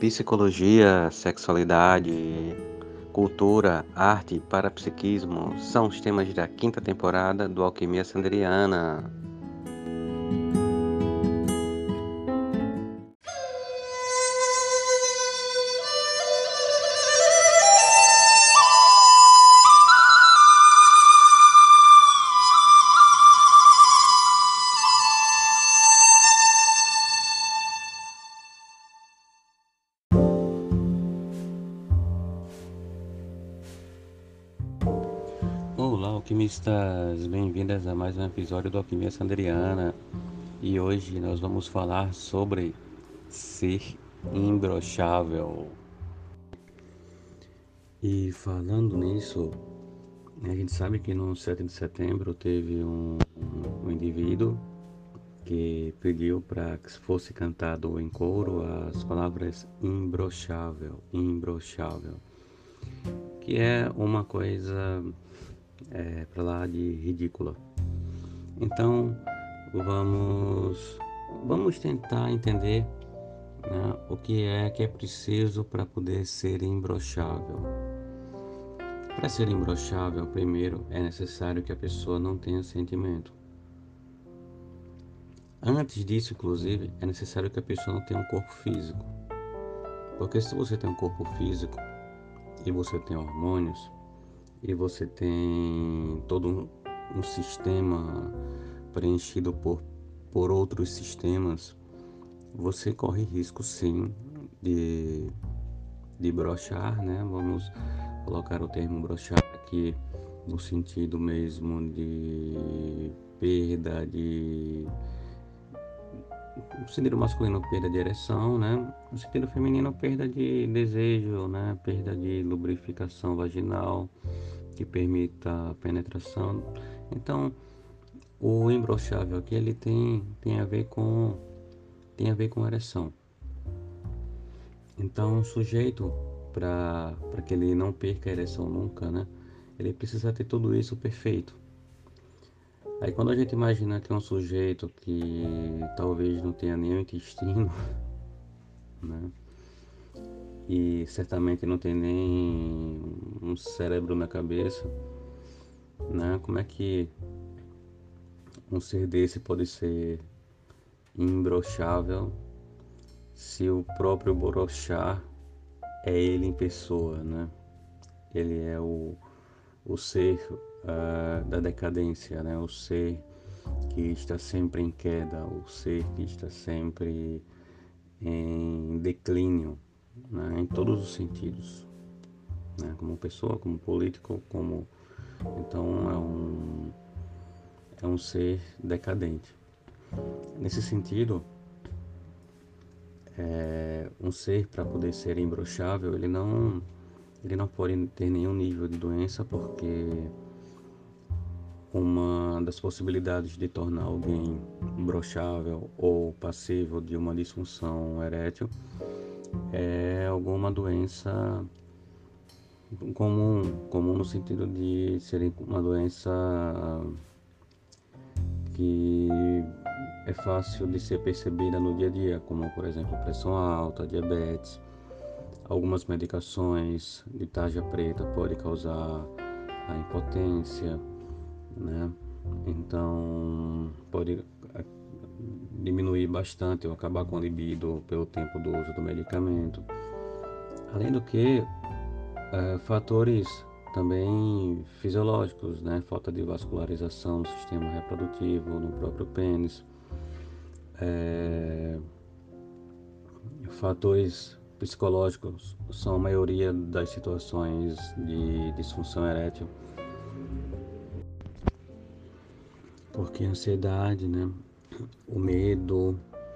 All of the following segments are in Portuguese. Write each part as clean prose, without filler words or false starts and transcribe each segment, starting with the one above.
Psicologia, sexualidade, cultura, arte e parapsiquismo são os temas da quinta temporada do Alquimia Sanderiana. Olá, alquimistas! Bem-vindas a mais um episódio do Alquimia Sanderiana. E hoje nós vamos falar sobre ser imbrochável. E falando nisso, a gente sabe que no 7 de setembro teve um indivíduo que pediu para que fosse cantado em coro as palavras imbrochável, imbrochável, que é uma coisa para lá de ridícula. Então vamos tentar entender, né, o que é preciso para poder ser imbrochável. Para ser imbrochável, primeiro é necessário que a pessoa não tenha sentimento. Antes disso, inclusive, é necessário que a pessoa não tenha um corpo físico. Porque se você tem um corpo físico e você tem hormônios e você tem todo um sistema preenchido por outros sistemas, você corre risco sim de brochar, né? Vamos colocar o termo brochar aqui no sentido mesmo de perda de... No sentido masculino, perda de ereção, né? No sentido feminino, perda de desejo, né? Perda de lubrificação vaginal que permita a penetração. Então, o imbrochável aqui ele tem a ver com ereção. Então, o sujeito, para que ele não perca a ereção nunca, né? Ele precisa ter tudo isso perfeito. Aí quando a gente imagina que é um sujeito que talvez não tenha nenhum intestino, né? E certamente não tem nem um cérebro na cabeça, né? Como é que um ser desse pode ser imbrochável se o próprio brochar é ele em pessoa, né? Ele é o ser da decadência, né? O ser que está sempre em queda, o ser que está sempre em declínio, né? Em todos os sentidos, né? Como pessoa, como político, como... Então é um ser decadente. Nesse sentido, um ser, para poder ser imbrochável, ele não pode ter nenhum nível de doença, porque uma das possibilidades de tornar alguém imbrochável ou passível de uma disfunção erétil é alguma doença comum no sentido de ser uma doença que é fácil de ser percebida no dia a dia, como por exemplo pressão alta, diabetes. Algumas medicações de tarja preta podem causar a impotência, né? Então pode diminuir bastante ou acabar com a libido pelo tempo do uso do medicamento. Além do que, fatores também fisiológicos, né? Falta de vascularização no sistema reprodutivo, no próprio pênis, fatores psicológicos são a maioria das situações de disfunção erétil, porque a ansiedade, né? O medo,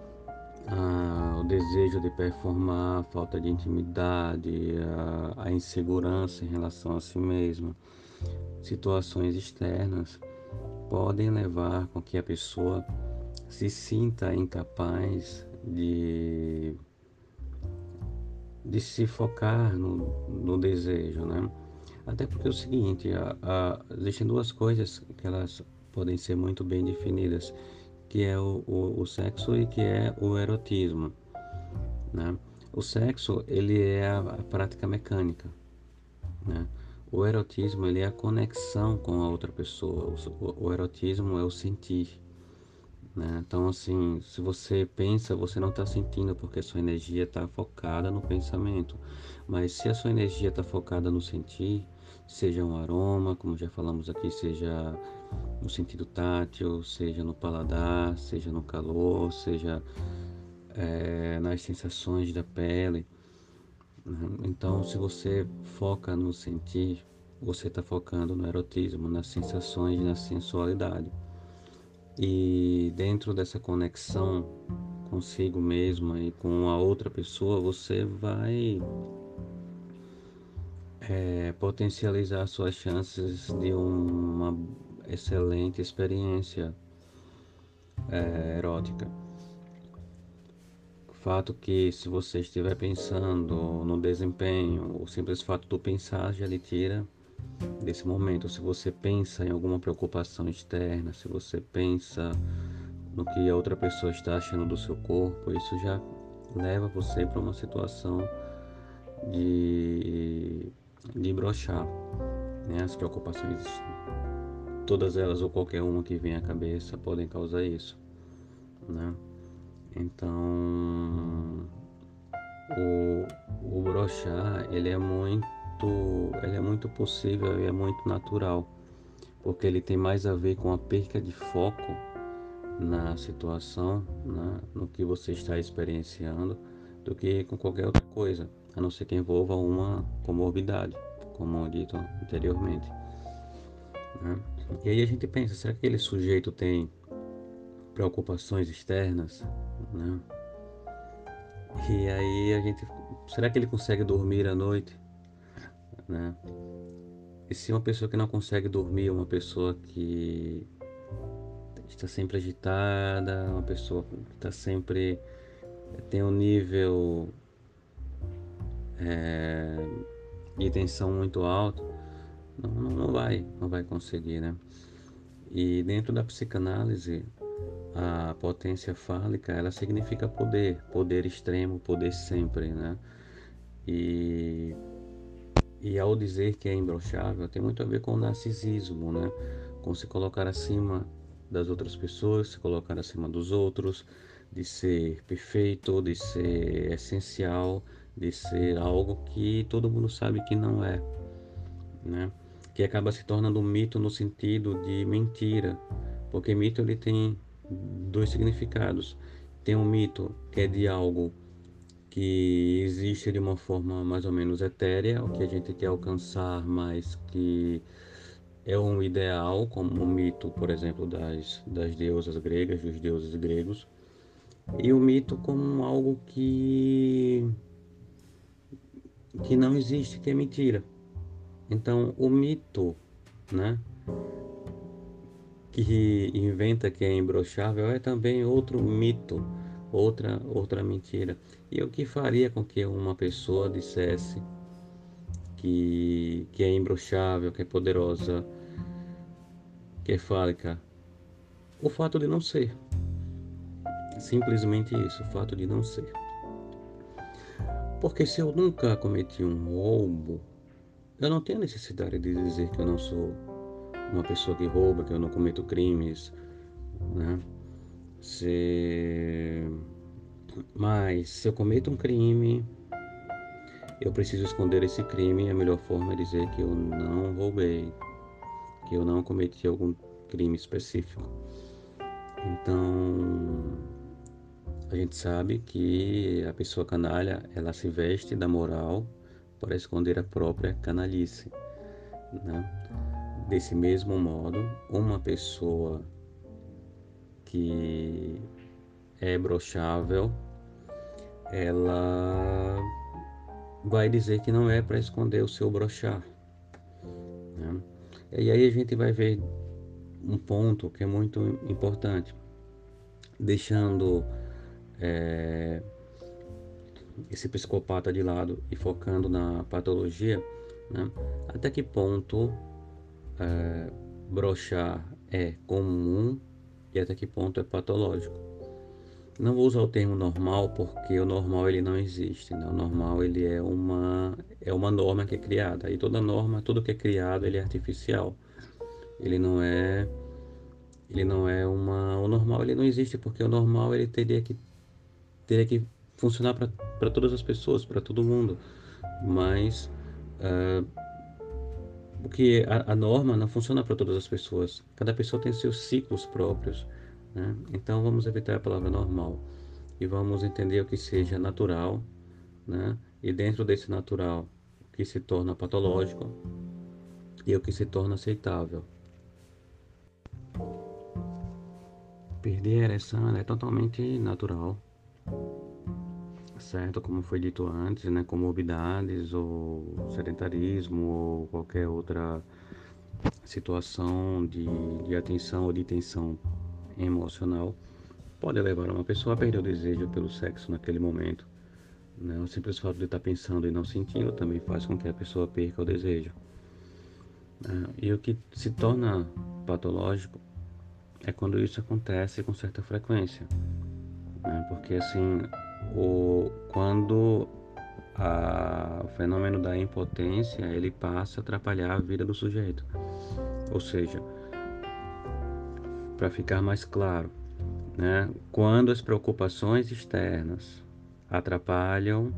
o desejo de performar, a falta de intimidade, a insegurança em relação a si mesmo, situações externas podem levar com que a pessoa se sinta incapaz de se focar no desejo, né? Até porque é o seguinte, existem duas coisas que elas podem ser muito bem definidas, que é o sexo e que é o erotismo, né? O sexo, ele é a prática mecânica, né? O erotismo, ele é a conexão com a outra pessoa. O erotismo é o sentir, né? Então, assim, se você pensa, você não está sentindo porque a sua energia está focada no pensamento. Mas se a sua energia está focada no sentir, seja um aroma, como já falamos aqui, seja no sentido tátil, seja no paladar, seja no calor, seja nas sensações da pele, né? Então, se você foca no sentir, você está focando no erotismo, nas sensações, na sensualidade. E dentro dessa conexão consigo mesma e com a outra pessoa, você vai potencializar suas chances de uma excelente experiência erótica. Fato que, se você estiver pensando no desempenho, o simples fato do pensar já lhe tira desse momento. Se você pensa em alguma preocupação externa, se você pensa no que a outra pessoa está achando do seu corpo, isso já leva você para uma situação de, de brochar, né? As preocupações, todas elas ou qualquer uma que venha à cabeça, podem causar isso, né? Então, o brochar, ele é muito possível e é muito natural, porque ele tem mais a ver com a perca de foco na situação, né, no que você está experienciando, do que com qualquer outra coisa, a não ser que envolva uma comorbidade, como dito anteriormente, né? E aí a gente pensa, será que aquele sujeito tem preocupações externas, né? E aí a gente, será que ele consegue dormir à noite, né? E se uma pessoa que não consegue dormir, uma pessoa que está sempre agitada, uma pessoa que está sempre tem um nível de tensão muito alto, não vai conseguir, né? E dentro da psicanálise, a potência fálica, ela significa poder, poder extremo, poder sempre, né? E, e ao dizer que é imbrochável, tem muito a ver com o narcisismo, né? Com se colocar acima das outras pessoas, se colocar acima dos outros, de ser perfeito, de ser essencial, de ser algo que todo mundo sabe que não é, né? Que acaba se tornando um mito no sentido de mentira, porque mito ele tem dois significados. Tem um mito que é de algo que existe de uma forma mais ou menos etérea, o que a gente quer alcançar, mas que é um ideal, como o mito, por exemplo, das deusas gregas, dos deuses gregos, e o mito como algo que não existe, que é mentira. Então, o mito, né, que inventa que é imbrochável é também outro mito, outra mentira. E o que faria com que uma pessoa dissesse que é imbrochável, que é poderosa, que é fálica? O fato de não ser. Simplesmente isso, o fato de não ser. Porque se eu nunca cometi um roubo, eu não tenho necessidade de dizer que eu não sou uma pessoa que rouba, que eu não cometo crimes, né? Se... Mas se eu cometo um crime, eu preciso esconder esse crime e a melhor forma é dizer que eu não roubei, que eu não cometi algum crime específico. Então, a gente sabe que a pessoa canalha, ela se veste da moral para esconder a própria canalice, né? Desse mesmo modo, uma pessoa que é brochável, ela vai dizer que não é para esconder o seu brochar, né? E aí a gente vai ver um ponto que é muito importante, deixando esse psicopata de lado e focando na patologia, né? Até que ponto brochar é comum e até que ponto é patológico. Não vou usar o termo normal porque o normal ele não existe, né? O normal ele é uma norma que é criada. E toda norma, tudo que é criado, ele é artificial. Ele não é o normal ele não existe porque o normal ele teria que funcionar para todas as pessoas, para todo mundo. Mas o que a norma não funciona para todas as pessoas. Cada pessoa tem seus ciclos próprios, né? Então vamos evitar a palavra normal e vamos entender o que seja natural, né? E dentro desse natural, o que se torna patológico e o que se torna aceitável. Perder a ereção é totalmente natural, certo? Como foi dito antes, né? Comorbidades ou sedentarismo ou qualquer outra situação de atenção ou de tensão emocional pode levar uma pessoa a perder o desejo pelo sexo naquele momento, né? O simples fato de estar pensando e não sentindo também faz com que a pessoa perca o desejo, né? E o que se torna patológico é quando isso acontece com certa frequência, né? Porque assim, quando o fenômeno da impotência ele passa a atrapalhar a vida do sujeito, ou seja, para ficar mais claro, né? Quando as preocupações externas atrapalham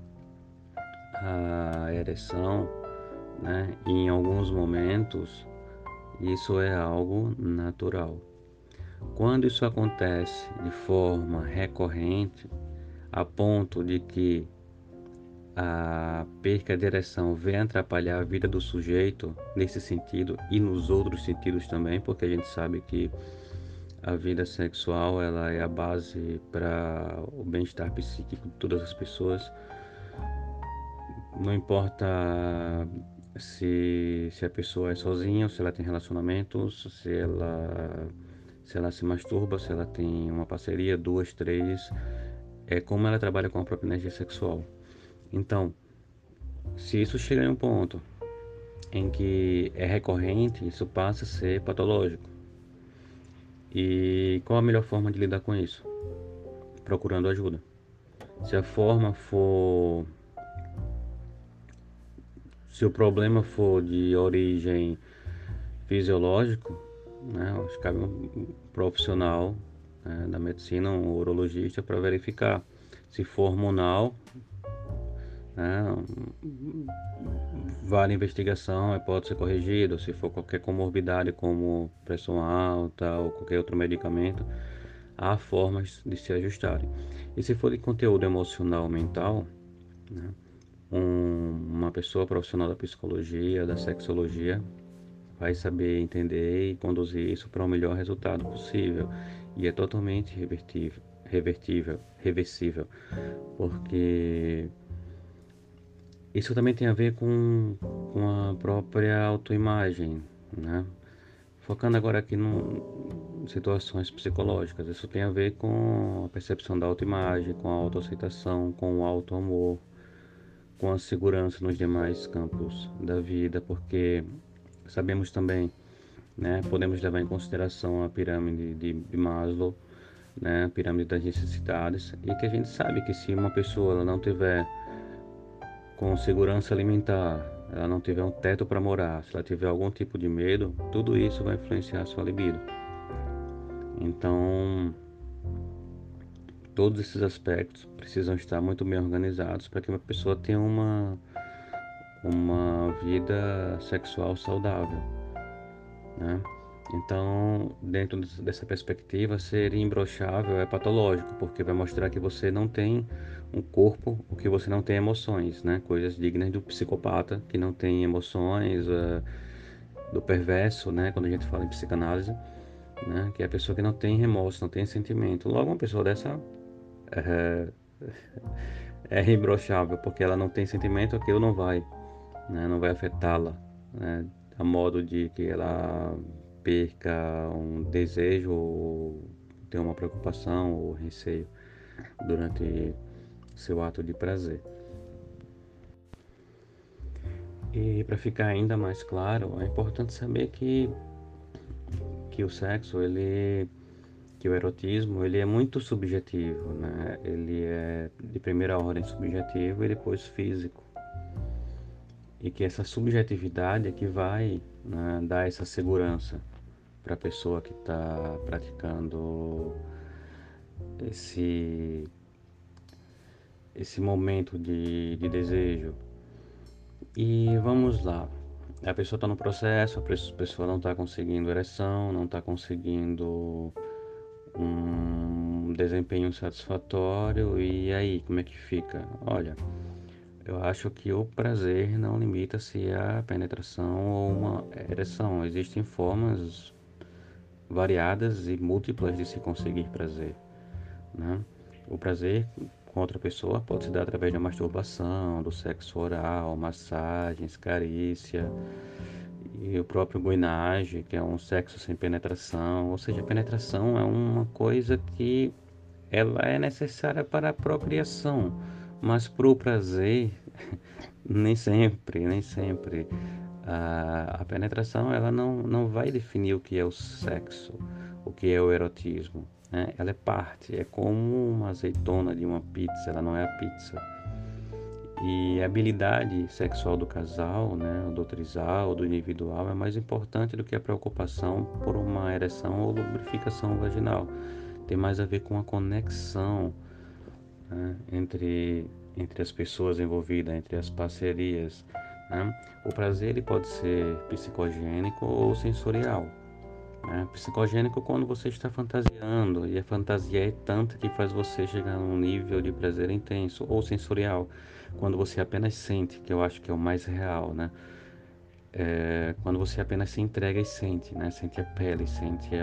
a ereção, né? E em alguns momentos isso é algo natural. Quando isso acontece de forma recorrente, a ponto de que a perca de ereção vem atrapalhar a vida do sujeito nesse sentido e nos outros sentidos também, porque a gente sabe que a vida sexual ela é a base para o bem-estar psíquico de todas as pessoas. Não importa se a pessoa é sozinha ou se ela tem relacionamentos, se ela se masturba, se ela tem uma parceria, duas, três, é como ela trabalha com a própria energia sexual. Então, se isso chega em um ponto em que é recorrente, isso passa a ser patológico. E qual a melhor forma de lidar com isso? Procurando ajuda. Se a forma for, se o problema for de origem fisiológico, né, acho que cabe um profissional, né, da medicina, um urologista, para verificar. Se for hormonal, né, vale investigação e pode ser corrigido. Se for qualquer comorbidade como pressão alta ou qualquer outro medicamento, há formas de se ajustarem. E se for de conteúdo emocional mental, né, uma pessoa profissional da psicologia, da sexologia, vai saber entender e conduzir isso para o melhor resultado possível. E é totalmente reversível, porque isso também tem a ver com a própria autoimagem, né? Focando agora aqui em situações psicológicas, isso tem a ver com a percepção da autoimagem, com a autoaceitação, com o autoamor, com a segurança nos demais campos da vida, porque sabemos também, né, podemos levar em consideração a pirâmide de Maslow, né, a pirâmide das necessidades, e que a gente sabe que se uma pessoa ela não tiver com segurança alimentar, ela não tiver um teto para morar, se ela tiver algum tipo de medo, tudo isso vai influenciar a sua libido. Então, todos esses aspectos precisam estar muito bem organizados para que uma pessoa tenha uma vida sexual saudável, né? Então, dentro dessa perspectiva, ser imbrochável é patológico, porque vai mostrar que você não tem um corpo, o que você não tem emoções, né? Coisas dignas do psicopata, que não tem emoções, do perverso, né? Quando a gente fala em psicanálise, né? Que é a pessoa que não tem remorso, não tem sentimento. Logo, uma pessoa dessa é, é imbrochável, porque ela não tem sentimento, aquilo não vai, né? Não vai afetá-la, né? A modo de que ela perca um desejo ou tenha uma preocupação ou receio durante seu ato de prazer. E para ficar ainda mais claro, é importante saber que o sexo ele que o erotismo ele é muito subjetivo, né? Ele é de primeira ordem subjetivo e depois físico. E que essa subjetividade é que vai, né, dar essa segurança para a pessoa que está praticando esse, esse momento de desejo. E vamos lá. A pessoa está no processo, a pessoa não está conseguindo ereção, não está conseguindo um desempenho satisfatório. E aí, como é que fica? Olha, eu acho que o prazer não limita-se à penetração ou uma ereção. Existem formas variadas e múltiplas de se conseguir prazer, né? O prazer com outra pessoa pode se dar através da masturbação, do sexo oral, massagens, carícia e o próprio guinage, que é um sexo sem penetração. Ou seja, a penetração é uma coisa que ela é necessária para a procriação, mas para o prazer nem sempre, nem sempre. A penetração ela não vai definir o que é o sexo, o que é o erotismo, né? Ela é parte, é como uma azeitona de uma pizza, ela não é a pizza. E a habilidade sexual do casal, né, do trisal, do individual, é mais importante do que a preocupação por uma ereção ou lubrificação vaginal. Tem mais a ver com a conexão, né, entre as pessoas envolvidas, entre as parcerias, né? O prazer ele pode ser psicogênico ou sensorial, né? Psicogênico quando você está fantasiando e a fantasia é tanta que faz você chegar num nível de prazer intenso, ou sensorial quando você apenas sente, que eu acho que é o mais real, né? Quando você apenas se entrega e sente, né? Sente a pele, sente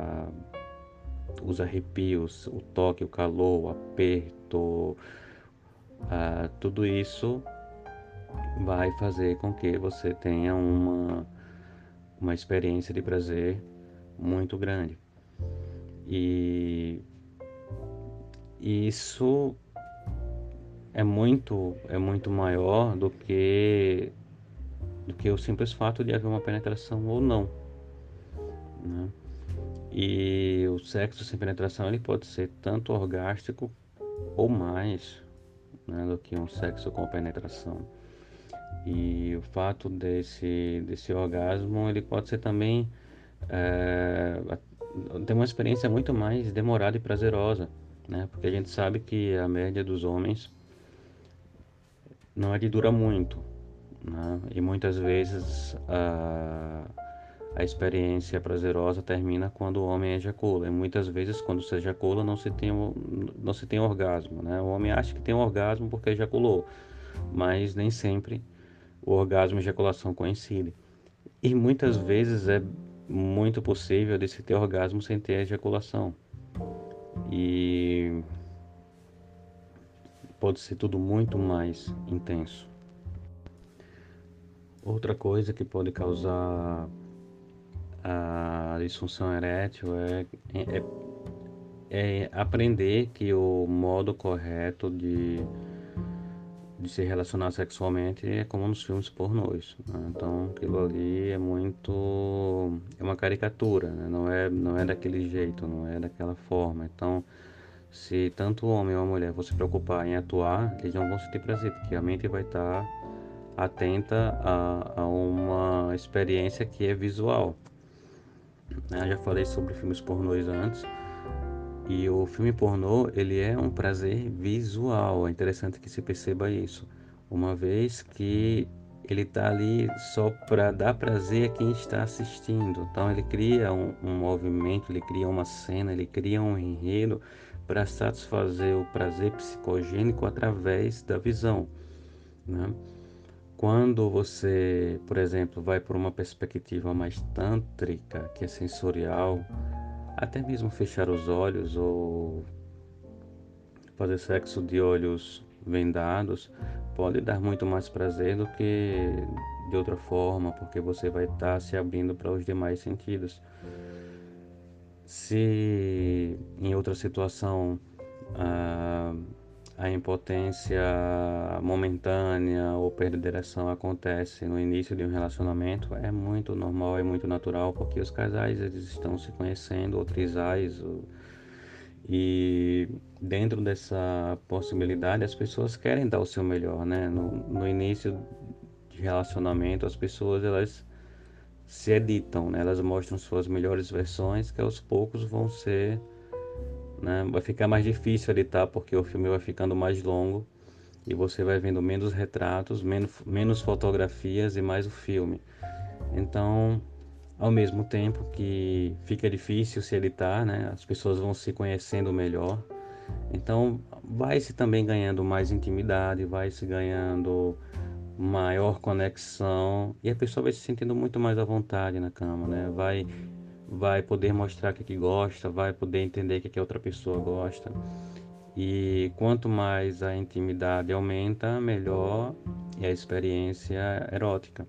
os arrepios, o toque, o calor, o aperto, tudo isso vai fazer com que você tenha uma experiência de prazer muito grande. E isso é muito maior do que o simples fato de haver uma penetração ou não, né? E o sexo sem penetração ele pode ser tanto orgástico ou mais, né, do que um sexo com penetração. E o fato desse orgasmo ele pode ser também é, ter uma experiência muito mais demorada e prazerosa, né? Porque a gente sabe que a média dos homens não é de dura muito, né? E muitas vezes a experiência prazerosa termina quando o homem ejacula. E muitas vezes quando se ejacula não se tem orgasmo, né? O homem acha que tem um orgasmo porque ejaculou, mas nem sempre o orgasmo e a ejaculação coincidem. E muitas vezes é muito possível de se ter orgasmo sem ter ejaculação. E pode ser tudo muito mais intenso. Outra coisa que pode causar a disfunção erétil é aprender que o modo correto de se relacionar sexualmente é como nos filmes pornôs, né? Então aquilo ali é uma caricatura, né? Não é daquele jeito, não é daquela forma. Então se tanto o homem ou a mulher for se preocupar em atuar, eles não vão sentir prazer, porque a mente vai estar atenta a uma experiência que é visual, né? Eu já falei sobre filmes pornôs antes. E o filme pornô, ele é um prazer visual. É interessante que se perceba isso. Uma vez que ele está ali só para dar prazer a quem está assistindo. Então ele cria um movimento, ele cria uma cena, ele cria um enredo para satisfazer o prazer psicogênico através da visão, né? Quando você, por exemplo, vai por uma perspectiva mais tântrica, que é sensorial, até mesmo fechar os olhos ou fazer sexo de olhos vendados pode dar muito mais prazer do que de outra forma, porque você vai estar se abrindo para os demais sentidos. Se em outra situação a, a impotência momentânea ou perda de ereção acontece no início de um relacionamento, é muito normal, é muito natural, porque os casais eles estão se conhecendo, ou trisais, E dentro dessa possibilidade, as pessoas querem dar o seu melhor, né? No início de relacionamento, as pessoas elas se editam, né? Elas mostram suas melhores versões, que aos poucos vão ser, né? Vai ficar mais difícil editar porque o filme vai ficando mais longo e você vai vendo menos retratos, menos fotografias e mais o filme. Então, ao mesmo tempo que fica difícil se editar, né? As pessoas vão se conhecendo melhor. Então, vai se também ganhando mais intimidade, vai se ganhando maior conexão e a pessoa vai se sentindo muito mais à vontade na cama, né? Vai poder mostrar o que gosta, vai poder entender o que a outra pessoa gosta. E quanto mais a intimidade aumenta, melhor é a experiência erótica.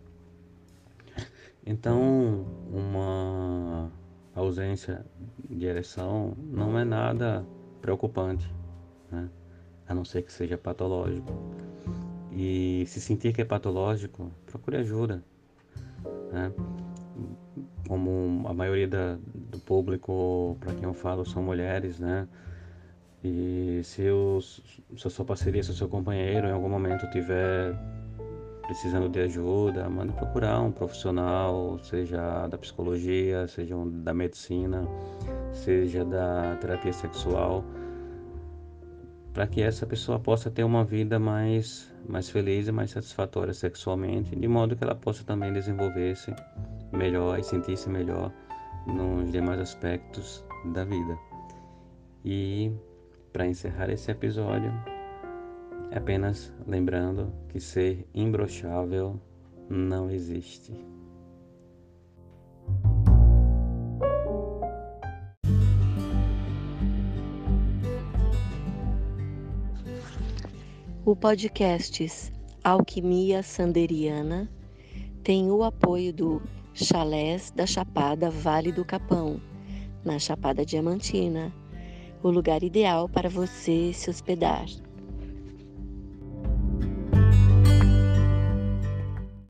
Então, uma ausência de ereção não é nada preocupante, né? A não ser que seja patológico. E se sentir que é patológico, procure ajuda, né? Como a maioria do público para quem eu falo são mulheres, né? E se a sua parceria, se o seu companheiro em algum momento tiver precisando de ajuda, manda procurar um profissional, seja da psicologia, seja da medicina, seja da terapia sexual, para que essa pessoa possa ter uma vida mais feliz e mais satisfatória sexualmente, de modo que ela possa também desenvolver-se melhor e sentir-se melhor nos demais aspectos da vida. E para encerrar esse episódio, apenas lembrando que ser imbrochável não existe. O podcast Alquimia Sanderiana tem o apoio do Chalés da Chapada Vale do Capão, na Chapada Diamantina, o lugar ideal para você se hospedar.